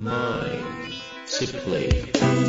Mind Simply。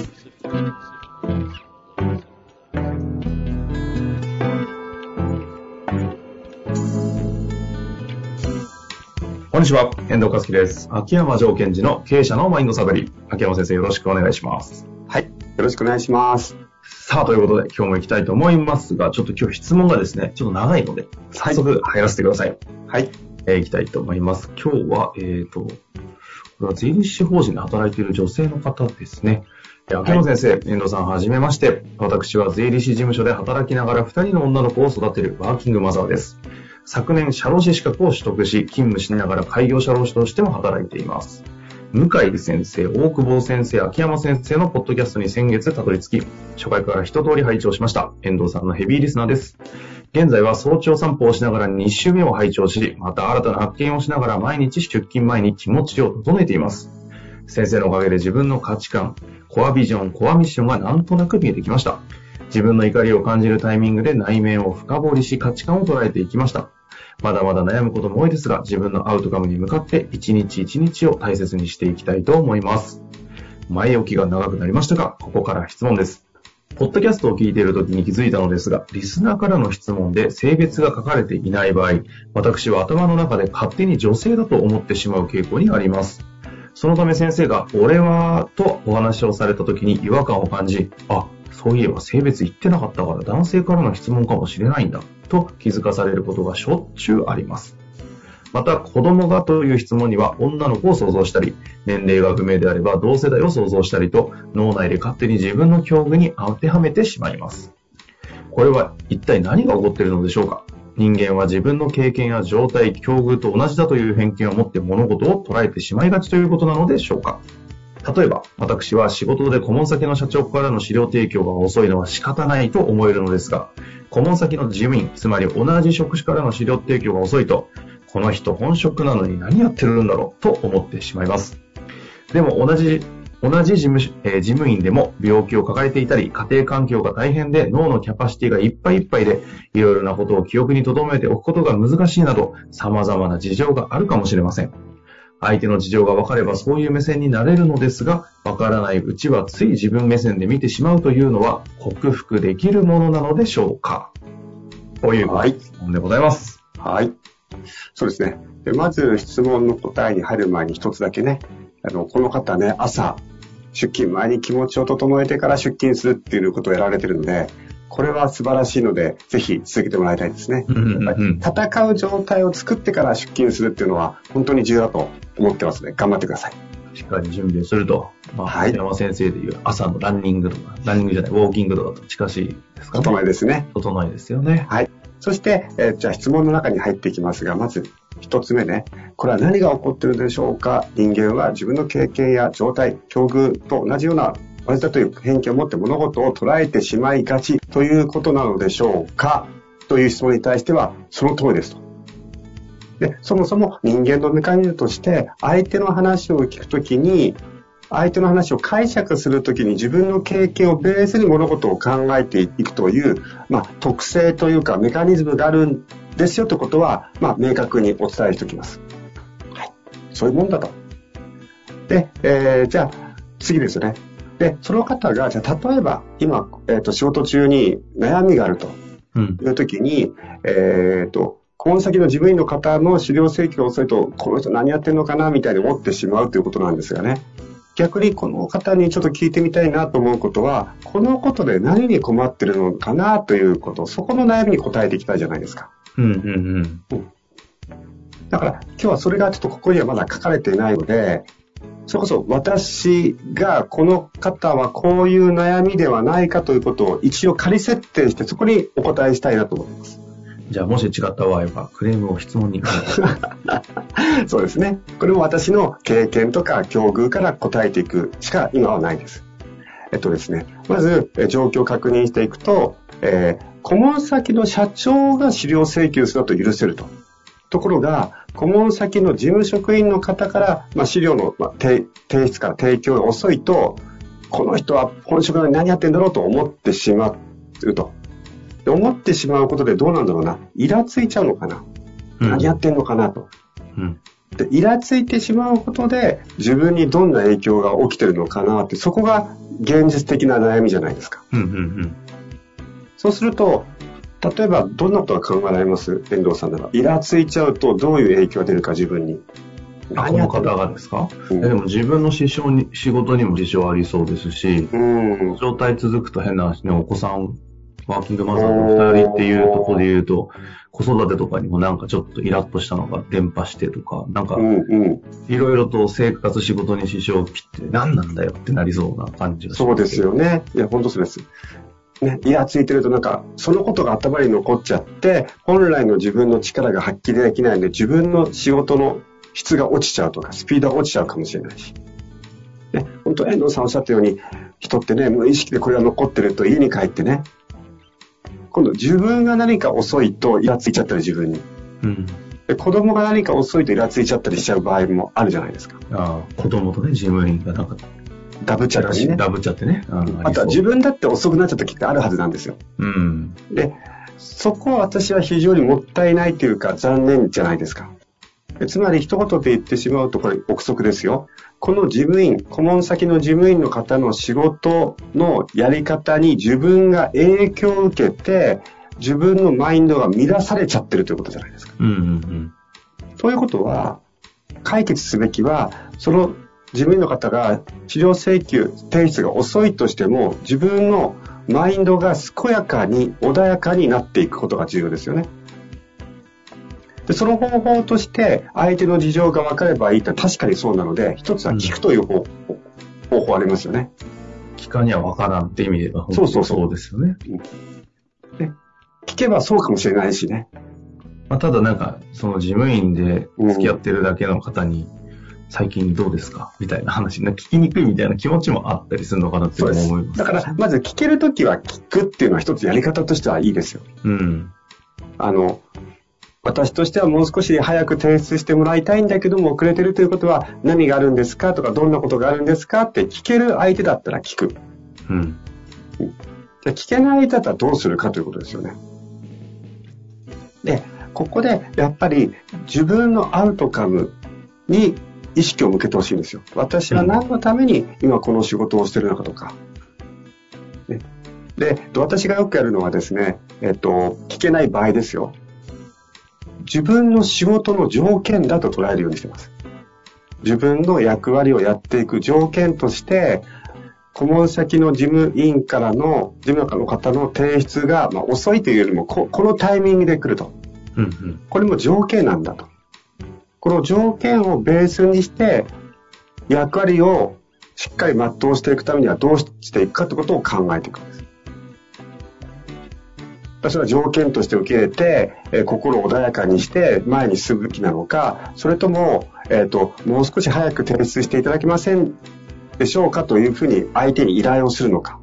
こんにちは、遠藤和樹です。秋山城賢治の経営者のマインドサプリ。秋山先生、よろしくお願いします。 はい、よろしくお願いします。 さあ、ということで今日も行きたいと思いますが、ちょっと今日質問がですね、ちょっと長いので、早速入らせてください。 はい。 行きたいと思います。今日は、これは税理士法人で働いている女性の方ですね。秋山先生、遠藤さん、はじめまして。私は税理士事務所で働きながら2人の女の子を育てるワーキングマザーです。昨年、社労士資格を取得し、勤務しながら開業社労士としても働いています。向井先生、大久保先生、秋山先生のポッドキャストに先月たどり着き、初回から一通り拝聴しました。遠藤さんのヘビーリスナーです。現在は早朝散歩をしながら2週目を拝聴し、また新たな発見をしながら毎日出勤前に気持ちを整えています。先生のおかげで自分の価値観、コアビジョン、コアミッションがなんとなく見えてきました。自分の怒りを感じるタイミングで内面を深掘りし価値観を捉えていきました。まだまだ悩むことも多いですが、自分のアウトカムに向かって一日一日を大切にしていきたいと思います。前置きが長くなりましたが、ここから質問です。ポッドキャストを聞いているときに気づいたのですが、リスナーからの質問で性別が書かれていない場合、私は頭の中で勝手に女性だと思ってしまう傾向にあります。そのため先生が、俺は、とお話をされたときに違和感を感じ、そういえば性別言ってなかったから男性からの質問かもしれないんだ、と気づかされることがしょっちゅうあります。また、子供がという質問には女の子を想像したり、年齢が不明であれば同世代を想像したりと、脳内で勝手に自分の境遇に当てはめてしまいます。これは一体何が起こっているのでしょうか？人間は自分の経験や状態、境遇と同じだという偏見を持って物事を捉えてしまいがちということなのでしょうか？例えば、私は仕事で顧問先の社長からの資料提供が遅いのは仕方ないと思えるのですが、顧問先の事務員、つまり同じ職種からの資料提供が遅いと、この人本職なのに何やってるんだろうと思ってしまいます。でも同じ事務員でも病気を抱えていたり、家庭環境が大変で脳のキャパシティがいっぱいいっぱいで、いろいろなことを記憶に留めておくことが難しいなど、様々な事情があるかもしれません。相手の事情が分かればそういう目線になれるのですが、分からないうちはつい自分目線で見てしまうというのは克服できるものなのでしょうか？という質問でございます。 はい。そうですね。まず質問の答えに入る前に一つだけね、この方ね、朝、出勤前に気持ちを整えてから出勤するっていうことをやられてるので、これは素晴らしいので、ぜひ続けてもらいたいですね。戦う状態を作ってから出勤するっていうのは本当に重要だと思ってますので、頑張ってください。 しっかり準備をすると、山先生でいう朝のランニングとか、ウォーキングとかと近しいですかね。 整えですね。 整えですよね。 はい。そして、じゃあ質問の中に入っていきますが、まず一つ目ね、これは何が起こっているでしょうか？人間は自分の経験や状態、境遇と同じような同じだという偏見を持って物事を捉えてしまいがちということなのでしょうか？という質問に対してはその通りですと。で、そもそも人間のメカニズムとして相手の話を聞くときに、相手の話を解釈するときに自分の経験をベースに物事を考えていくという、特性というかメカニズムがあるんですよということは、明確にお伝えしておきます。はい。そういうもんだと。で、じゃあ次ですね。で、その方が、じゃあ例えば今、仕事中に悩みがあるというときに、顧問先の事務員の方の資料請求が遅いと、この人何やってるのかなみたいに思ってしまうということなんですがね。逆にこの方にちょっと聞いてみたいなと思うことは、このことで何に困ってるのかなということ、そこの悩みに答えていきたいじゃないですか。だから今日はそれがちょっとここにはまだ書かれていないので、それこそ私がこの方はこういう悩みではないかということを一応仮設定してそこにお答えしたいなと思います。 じゃあもし違った場合はクレームを質問にそうですね。これも私の経験とか境遇から答えていくしか今はないです。ですね、まず状況を確認していくと、顧問先の社長が資料請求すると許せると。ところが顧問先の事務職員の方から、資料の、提出から提供が遅いと、この人は本職なのに何やってんだろうと思ってしまうと。で思ってしまうことでどうなんだろうな、イラついちゃうのかな、何やってんのかなと。 で、イラついてしまうことで自分にどんな影響が起きてるのかなって、そこが現実的な悩みじゃないですか。そうすると、例えばどんなことが考えられます？遠藤さんなら。イラついちゃうとどういう影響が出るか、自分に。 この方がですか？でも自分の仕事にも支障ありそうですし、状態続くと変な話ね、お子さん、ワーキングマザーの2人っていうところで言うと、子育てとかにもなんかちょっとイラッとしたのが伝播してとか、なんか、いろいろと生活、仕事に支障を切って、何なんだよってなりそうな感じがします。 そうですよね。いや、本当そうです。ね、イラついてるとなんか、そのことが頭に残っちゃって、本来の自分の力が発揮できないので、自分の仕事の質が落ちちゃうとか、スピードが落ちちゃうかもしれないし。ね、本当遠藤さんおっしゃったように、人ってね、無意識でこれが残ってると家に帰ってね、今度自分が何か遅いとイラついちゃったり自分に。で子供が何か遅いとイラついちゃったりしちゃう場合もあるじゃないですか。 子供とね、事務員がなんか、 ダブっちゃってね。 ダブっちゃってね。 あとは自分だって遅くなっちゃった時ってあるはずなんですよ。で、そこは私は非常にもったいないというか残念じゃないですか。つまり一言で言ってしまうとこれ憶測ですよ。この事務員、顧問先の事務員の方の仕事のやり方に自分が影響を受けて、自分のマインドが乱されちゃってるということじゃないですか。ということは、解決すべきは、その事務員の方が治療請求提出が遅いとしても、自分のマインドが健やかに穏やかになっていくことが重要ですよね。でその方法として相手の事情が分かればいいって確かにそうなので、一つは聞くという方法ありますよね。 聞かには分からんって意味では本当にそうですよね。 で聞けばそうかもしれないしね。 ただなんかその事務員で付き合ってるだけの方に、最近どうですかみたいな話、聞きにくいみたいな気持ちもあったりするのかなって思います。 だからまず聞けるときは聞くっていうのは一つやり方としてはいいですよ。私としてはもう少し早く提出してもらいたいんだけども遅れてるということは何があるんですかとかどんなことがあるんですかって聞ける相手だったら聞く。で聞けない相手だったらどうするかということですよね。で、ここでやっぱり自分のアウトカムに意識を向けてほしいんですよ。私は何のために今この仕事をしてるのかとか。で、私がよくやるのはですね、聞けない場合ですよ。自分の仕事の条件だと捉えるようにしています。自分の役割をやっていく条件として、顧問先の事務員からの、事務の方の提出が、遅いというよりもこのタイミングで来ると。これも条件なんだと。この条件をベースにして、役割をしっかり全うしていくためにはどうしていくかということを考えていくんです。それは条件として受け入れて、心を穏やかにして前に進むべきなのか、それとも、もう少し早く提出していただけませんでしょうかというふうに相手に依頼をするのか。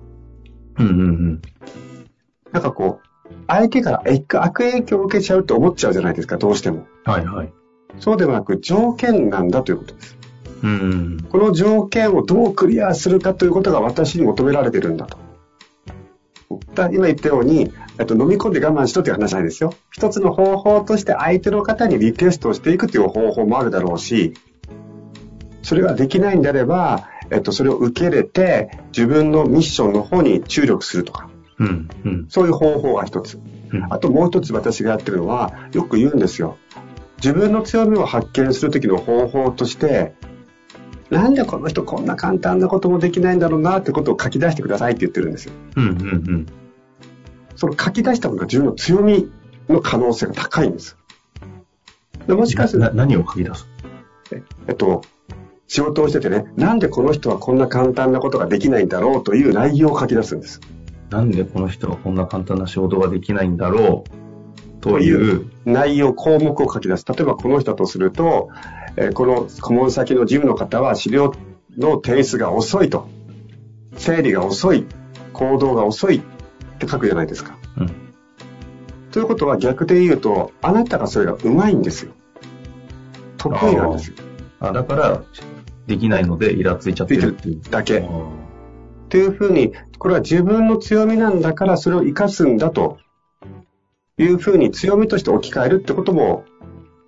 なんかこう、相手から悪影響を受けちゃうと思っちゃうじゃないですか、どうしても。そうではなく条件なんだということです。この条件をどうクリアするかということが私に求められているんだと。今言ったように、飲み込んで我慢しろという話じゃないですよ。一つの方法として相手の方にリクエストをしていくという方法もあるだろうし、それができないんであれば、それを受け入れて自分のミッションの方に注力するとか、そういう方法が一つ。あともう一つ私がやってるのは、よく言うんですよ。自分の強みを発見するときの方法として、なんでこの人こんな簡単なこともできないんだろうなってことを書き出してくださいって言ってるんですよ。その書き出したものが自分の強みの可能性が高いんです。でもしかすると何を書き出す？ 仕事をしててね、なんでこの人はこんな簡単なことができないんだろうという内容を書き出すんです。 なんでこの人はこんな簡単な仕事ができないんだろうという内容、項目を書き出す。例えばこの人とすると、この顧問先の事務の方は資料の提出が遅いと。整理が遅い。行動が遅いって書くじゃないですか。ということは逆で言うと、あなたがそれがうまいんですよ。得意なんですよ。 だから、できないのでイラついちゃってるっていうだけ。っていうふうに、これは自分の強みなんだからそれを活かすんだというふうに強みとして置き換えるってことも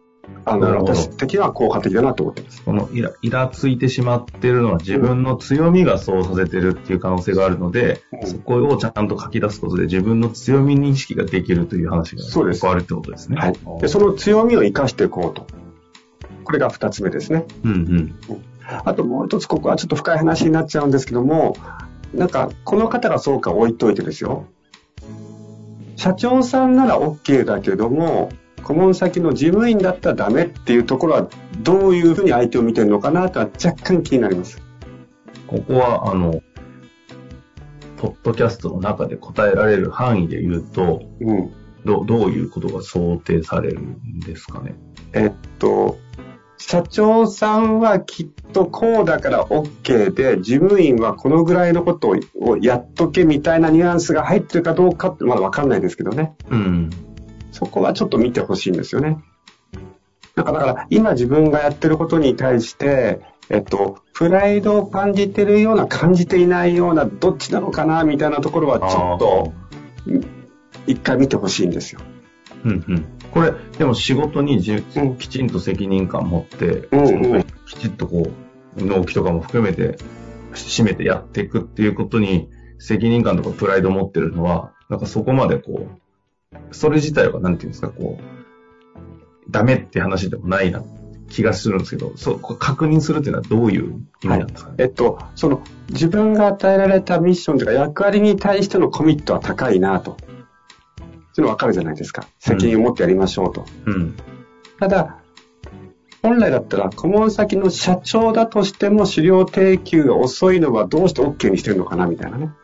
私的には効果的だなと思ってます。 このイラついてしまってるのは自分の強みがそうさせてるっていう可能性があるので、そこをちゃんと書き出すことで自分の強み認識ができるという話が結構あるってことですね。 はい。で、その強みを生かしていこうと。これが2つ目ですね。あともう一つ、ここはちょっと深い話になっちゃうんですけども、なんかこの方がそうか置いといてですよ。社長さんなら OK だけども、顧問先の事務員だったらダメっていうところはどういうふうに相手を見てるのかなとは若干気になります。 ここはポッドキャストの中で答えられる範囲で言うと、どういうことが想定されるんですかね。 社長さんはきっとこうだから OK で、事務員はこのぐらいのことをやっとけみたいなニュアンスが入ってるかどうかってまだ分かんないですけどね。そこはちょっと見てほしいんですよね。だから今自分がやってることに対して、プライドを感じてるような感じていないようなどっちなのかなみたいなところはちょっと一回見てほしいんですよ。 これでも仕事にきちんと責任感を持って、きちっとこう納期とかも含めて締めてやっていくっていうことに責任感とかプライドを持ってるのは、なんかそこまでこうそれ自体はなんていうんですか、こうダメって話でもないな気がするんですけど、確認するっていうのはどういう意味なんですかね。 その自分が与えられたミッションというか役割に対してのコミットは高いなと。そういうの分かるじゃないですか。責任を持ってやりましょうと。ただ、本来だったら顧問先の社長だとしても資料提供が遅いのはどうして OK にしてるのかなみたいなね。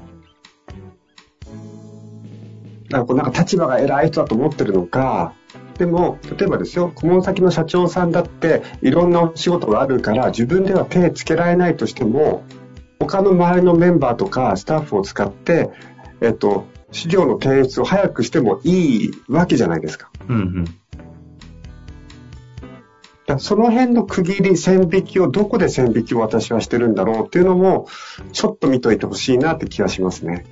だからなんか立場が偉い人だと思ってるのか、でも例えばですよ、顧問先の社長さんだっていろんなお仕事があるから自分では手つけられないとしても、他の周りのメンバーとかスタッフを使って資料の提出を早くしてもいいわけじゃないですか。その辺の区切り、線引きをどこで線引きを私はしてるんだろうっていうのもちょっと見といてほしいなって気がしますね。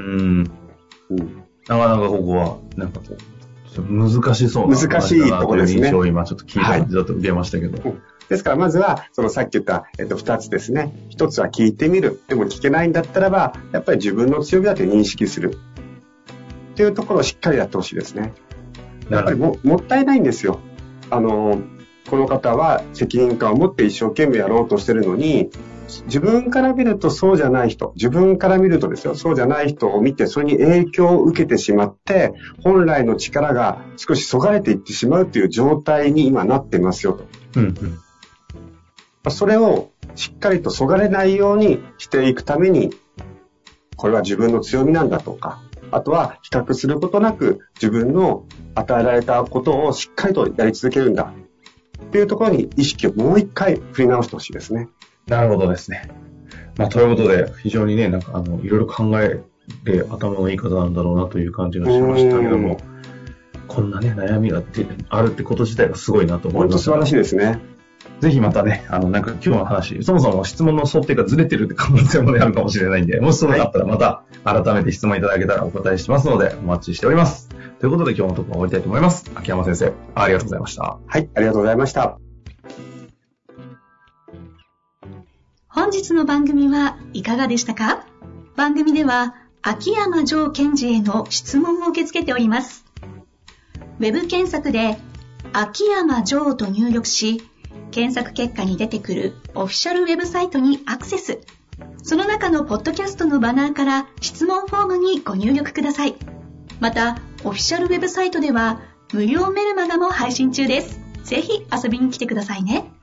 なかなかここはなんかこう難しそうな難しいところですね。 印象を今ちょっと聞いた感じだと受けましたけど。 ですからまずはそのさっき言った、2つですね。1つは聞いてみる。でも聞けないんだったらばやっぱり自分の強みだと認識するっていうところをしっかりやってほしいですね。やっぱり もったいないんですよ。この方は責任感を持って一生懸命やろうとしてるのに、自分から見るとそうじゃない人、自分から見るとですよ、そうじゃない人を見てそれに影響を受けてしまって本来の力が少しそがれていってしまうという状態に今なってますよと。それをしっかりとそがれないようにしていくために、これは自分の強みなんだとか、あとは比較することなく自分の与えられたことをしっかりとやり続けるんだっていうところに意識をもう一回振り直してほしいですね。 なるほどですね。ということで非常にね、なんかいろいろ考えて頭のいい方なんだろうなという感じがしましたけども、こんなね悩みがあるってこと自体がすごいなと思います。 本当素晴らしいですね。 ぜひまたね、なんか今日の話、そもそも質問の想定がずれてるって可能性もね、あるかもしれないんで、もしそうだったらまた改めて質問いただけたらお答えしますので、お待ちしております。ということで今日のところ終わりたいと思います。秋山先生、ありがとうございました。 はい、ありがとうございました。 本日の番組はいかがでしたか？番組では秋山城賢治への質問を受け付けております。ウェブ検索で秋山城と入力し、検索結果に出てくるオフィシャルウェブサイトにアクセス。その中のポッドキャストのバナーから質問フォームにご入力ください。また、オフィシャルウェブサイトでは無料メルマガも配信中です。ぜひ遊びに来てくださいね。